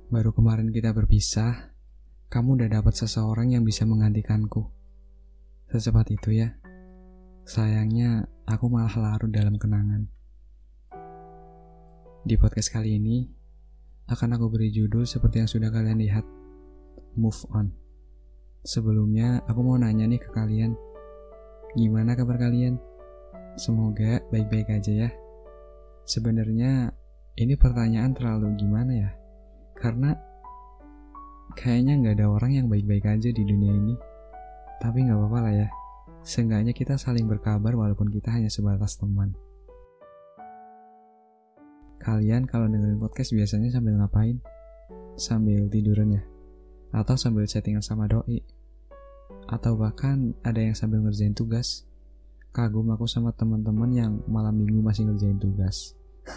Baru kemarin kita berpisah, kamu udah dapat seseorang yang bisa menggantikanku. Secepat itu ya. Sayangnya, aku malah larut dalam kenangan. Di podcast kali ini, akan aku beri judul seperti yang sudah kalian lihat, Move On. Sebelumnya, aku mau nanya nih ke kalian, gimana kabar kalian? Semoga baik-baik aja ya. Sebenarnya, ini pertanyaan terlalu gimana ya? Karena kayaknya gak ada orang yang baik-baik aja di dunia ini. Tapi gak apa-apa lah ya. Seenggaknya kita saling berkabar walaupun kita hanya sebatas teman. Kalian kalau dengerin podcast biasanya sambil ngapain? Sambil tiduran ya? Atau sambil chattingan sama doi? Atau bahkan ada yang sambil ngerjain tugas? Kagum aku sama teman-teman yang malam minggu masih ngerjain tugas.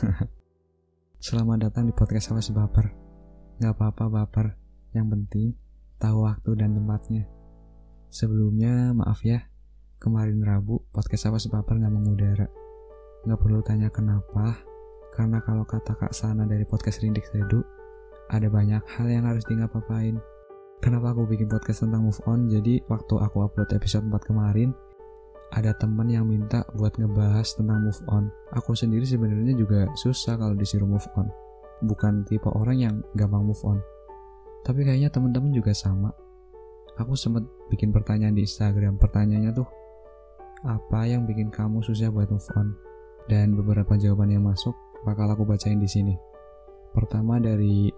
Selamat datang di podcast Awas Baper. Gak apa-apa baper, yang penting tahu waktu dan tempatnya. Sebelumnya maaf ya, kemarin Rabu podcast Awas Baper gak mengudara. Gak perlu tanya kenapa, karena kalau kata Kak Sana dari podcast Rindik Seduh, ada banyak hal yang harus di-ngapain. Kenapa aku bikin podcast tentang move on? Jadi waktu aku upload episode 4 kemarin, ada teman yang minta buat ngebahas tentang move on. Aku sendiri sebenarnya juga susah kalau disuruh move on. Bukan tipe orang yang gampang move on. Tapi kayaknya teman-teman juga sama. Aku sempat bikin pertanyaan di Instagram. Pertanyaannya tuh, apa yang bikin kamu susah buat move on? Dan beberapa jawaban yang masuk bakal aku bacain di sini. Pertama dari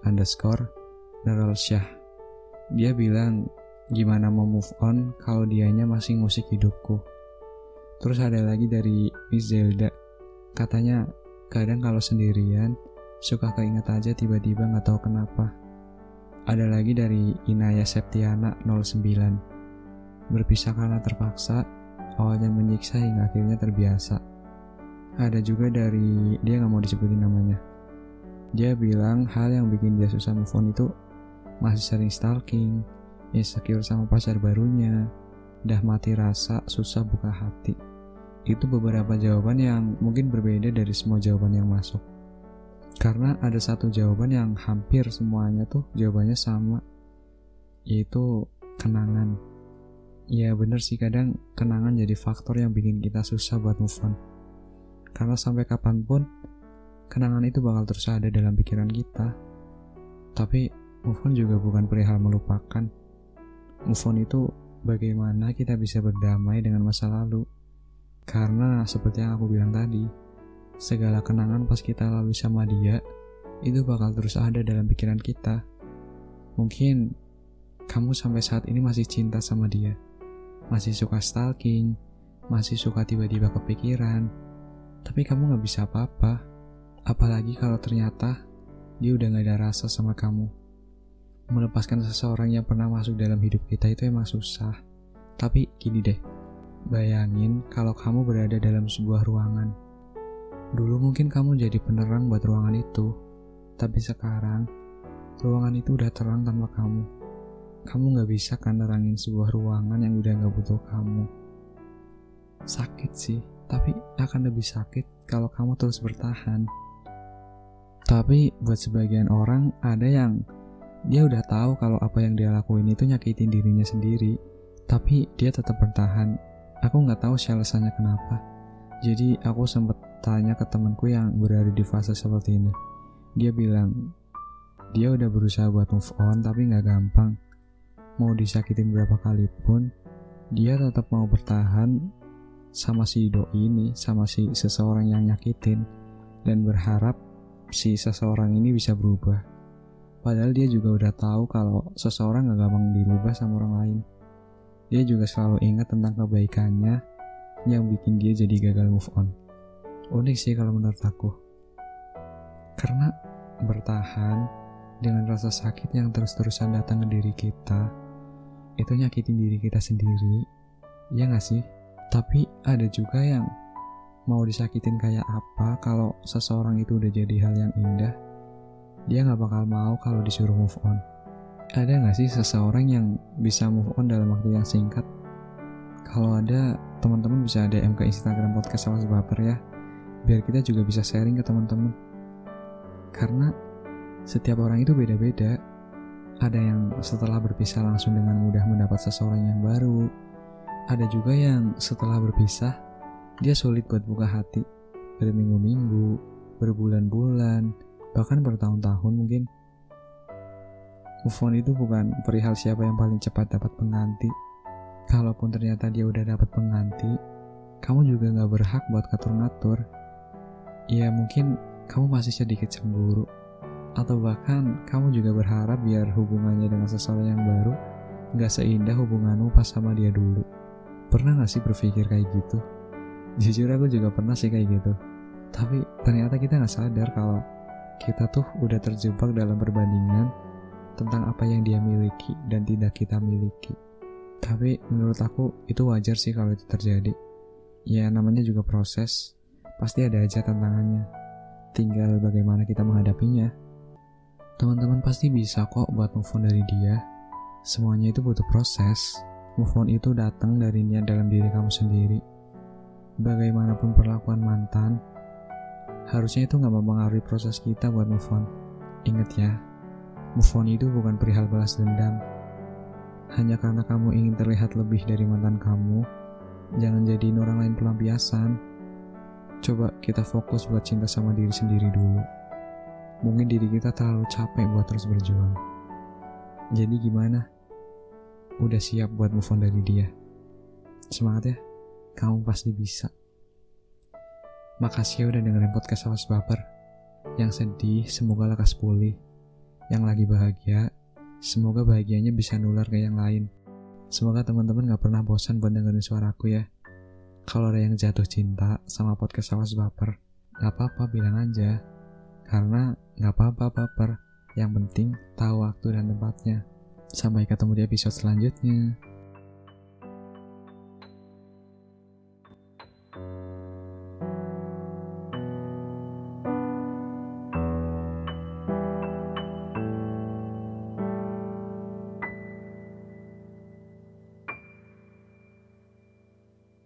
_Neralsyah. Dia bilang, gimana mau move on kalau dianya masih ngusik hidupku. Terus ada lagi dari Miss Zelda. Katanya, kadang kalau sendirian, suka keinget aja tiba-tiba gak tahu kenapa. Ada lagi dari Inaya Septiana 09. Berpisah karena terpaksa, awalnya menyiksa hingga akhirnya terbiasa. Ada juga dari, dia gak mau disebutin namanya. Dia bilang hal yang bikin dia susah move on itu masih sering stalking, insecure sama pacar barunya, dah mati rasa, susah buka hati. Itu beberapa jawaban yang mungkin berbeda dari semua jawaban yang masuk. Karena ada satu jawaban yang hampir semuanya tuh jawabannya sama, yaitu kenangan. Ya bener sih, kadang kenangan jadi faktor yang bikin kita susah buat move on. Karena sampai kapanpun, kenangan itu bakal terus ada dalam pikiran kita. Tapi move on juga bukan perihal melupakan. Move on itu bagaimana kita bisa berdamai dengan masa lalu. Karena seperti yang aku bilang tadi, segala kenangan pas kita lalui sama dia, itu bakal terus ada dalam pikiran kita. Mungkin kamu sampai saat ini masih cinta sama dia, masih suka stalking, masih suka tiba-tiba kepikiran, tapi kamu gak bisa apa-apa. Apalagi kalau ternyata dia udah gak ada rasa sama kamu. Melepaskan seseorang yang pernah masuk dalam hidup kita itu emang susah. Tapi gini deh, bayangin kalau kamu berada dalam sebuah ruangan. Dulu mungkin kamu jadi penerang buat ruangan itu, tapi sekarang ruangan itu udah terang tanpa kamu. Kamu gak bisa kan nerangin sebuah ruangan yang udah gak butuh kamu. Sakit sih, tapi akan lebih sakit kalau kamu terus bertahan. Tapi buat sebagian orang, ada yang dia udah tahu kalau apa yang dia lakuin itu nyakitin dirinya sendiri, tapi dia tetap bertahan. Aku gak tahu sih alasannya kenapa. Jadi aku sempat tanya ke temanku yang berada di fase seperti ini. Dia bilang, dia udah berusaha buat move on tapi gak gampang. Mau disakitin berapa kali pun, dia tetap mau bertahan sama si doi ini, sama si seseorang yang nyakitin, dan berharap si seseorang ini bisa berubah. Padahal dia juga udah tahu kalau seseorang gak gampang dirubah sama orang lain. Dia juga selalu ingat tentang kebaikannya yang bikin dia jadi gagal move on. Unik sih kalau menurut aku. Karena bertahan dengan rasa sakit yang terus-terusan datang ke diri kita, itu nyakitin diri kita sendiri, ya gak sih? Tapi ada juga yang mau disakitin kayak apa kalau seseorang itu udah jadi hal yang indah, dia gak bakal mau kalau disuruh move on. Ada gak sih seseorang yang bisa move on dalam waktu yang singkat? Kalau ada, teman-teman bisa DM ke Instagram podcast Awas Baper ya, biar kita juga bisa sharing ke teman-teman. Karena Setiap orang itu beda-beda. Ada yang setelah berpisah langsung dengan mudah mendapat seseorang yang baru. Ada juga yang setelah berpisah, dia sulit buat buka hati. Berminggu-minggu, berbulan-bulan, bahkan bertahun-tahun mungkin. Move on itu bukan perihal siapa yang paling cepat dapat pengganti. Kalaupun ternyata dia udah dapat pengganti, kamu juga gak berhak buat ngatur-ngatur. Ya mungkin kamu masih sedikit cemburu. Atau bahkan kamu juga berharap biar hubungannya dengan seseorang yang baru gak seindah hubunganmu pas sama dia dulu. Pernah gak sih berpikir kayak gitu? Jujur aku juga pernah sih kayak gitu. Tapi ternyata kita gak sadar kalau kita tuh udah terjebak dalam perbandingan tentang apa yang dia miliki dan tidak kita miliki. Tapi menurut aku itu wajar sih kalau itu terjadi. Ya namanya juga proses, pasti ada aja tantangannya. Tinggal bagaimana kita menghadapinya. Teman-teman pasti bisa kok buat move on dari dia. Semuanya itu butuh proses. Move on itu datang dari niat dalam diri kamu sendiri. Bagaimanapun perlakuan mantan, harusnya itu gak mempengaruhi proses kita buat move on. Ingat ya, move on itu bukan perihal balas dendam. Hanya karena kamu ingin terlihat lebih dari mantan kamu, jangan jadiin orang lain pelampiasan. Coba kita fokus buat cinta sama diri sendiri dulu. Mungkin diri kita terlalu capek buat terus berjuang. Jadi gimana? Udah siap buat move on dari dia? Semangat ya, kamu pasti bisa. Makasih ya udah dengerin podcast Awas Baper. Yang sedih, semoga lekas pulih. Yang lagi bahagia, semoga bahagianya bisa nular ke yang lain. Semoga teman-teman gak pernah bosan buat dengerin suaraku ya. Kalau ada yang jatuh cinta sama podcast Awas Baper, gak apa-apa bilang aja. Karena gak apa-apa baper. Yang penting tahu waktu dan tempatnya. Sampai ketemu di episode selanjutnya.